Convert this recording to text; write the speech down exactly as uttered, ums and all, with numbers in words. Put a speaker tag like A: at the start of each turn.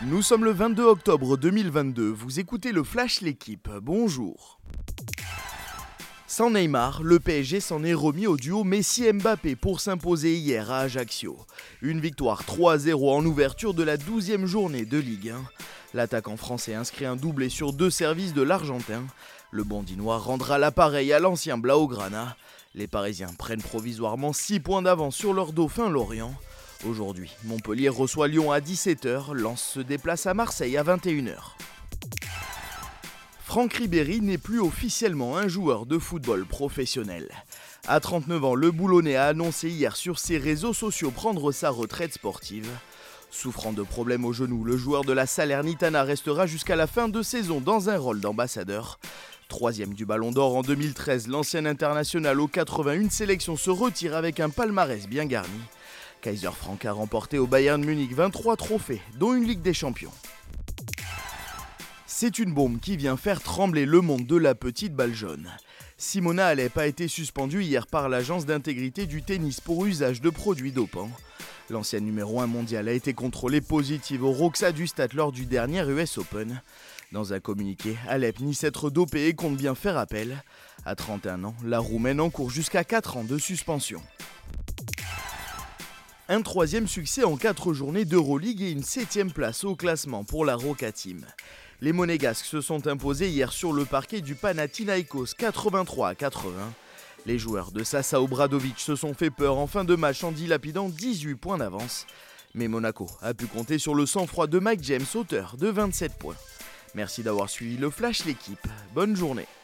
A: Nous sommes le vingt-deux octobre deux mille vingt-deux, vous écoutez le Flash L'équipe, bonjour. Sans Neymar, le P S G s'en est remis au duo Messi-Mbappé pour s'imposer hier à Ajaccio. Une victoire trois à zéro en ouverture de la douzième journée de Ligue un. L'attaquant français inscrit un doublé sur deux services de l'Argentin. Le Bondinois rendra l'appareil à l'ancien Blaugrana. Les Parisiens prennent provisoirement six points d'avance sur leur dauphin Lorient. Aujourd'hui, Montpellier reçoit Lyon à dix-sept heures, Lens se déplace à Marseille à vingt et une heures. Franck Ribéry n'est plus officiellement un joueur de football professionnel. À trente-neuf ans, le Boulonnais a annoncé hier sur ses réseaux sociaux prendre sa retraite sportive. Souffrant de problèmes au genou, le joueur de la Salernitana restera jusqu'à la fin de saison dans un rôle d'ambassadeur. Troisième du Ballon d'Or en deux mille treize, l'ancien international aux quatre-vingt-une sélections se retire avec un palmarès bien garni. Kaiser Frank a remporté au Bayern Munich vingt-trois trophées, dont une Ligue des Champions. C'est une bombe qui vient faire trembler le monde de la petite balle jaune. Simona Halep a été suspendue hier par l'agence d'intégrité du tennis pour usage de produits dopants. L'ancienne numéro un mondiale a été contrôlée positive au Roxadustat lors du dernier U S Open. Dans un communiqué, Halep nie s'être dopée et compte bien faire appel. À trente et un ans, la Roumaine encourt jusqu'à quatre ans de suspension. Un troisième succès en quatre journées d'Euroleague et une septième place au classement pour la Roca Team. Les Monégasques se sont imposés hier sur le parquet du Panathinaïkos quatre-vingt-trois à quatre-vingts. Les joueurs de Sasa Obradovic se sont fait peur en fin de match en dilapidant dix-huit points d'avance. Mais Monaco a pu compter sur le sang-froid de Mike James, auteur de vingt-sept points. Merci d'avoir suivi le Flash L'équipe. Bonne journée.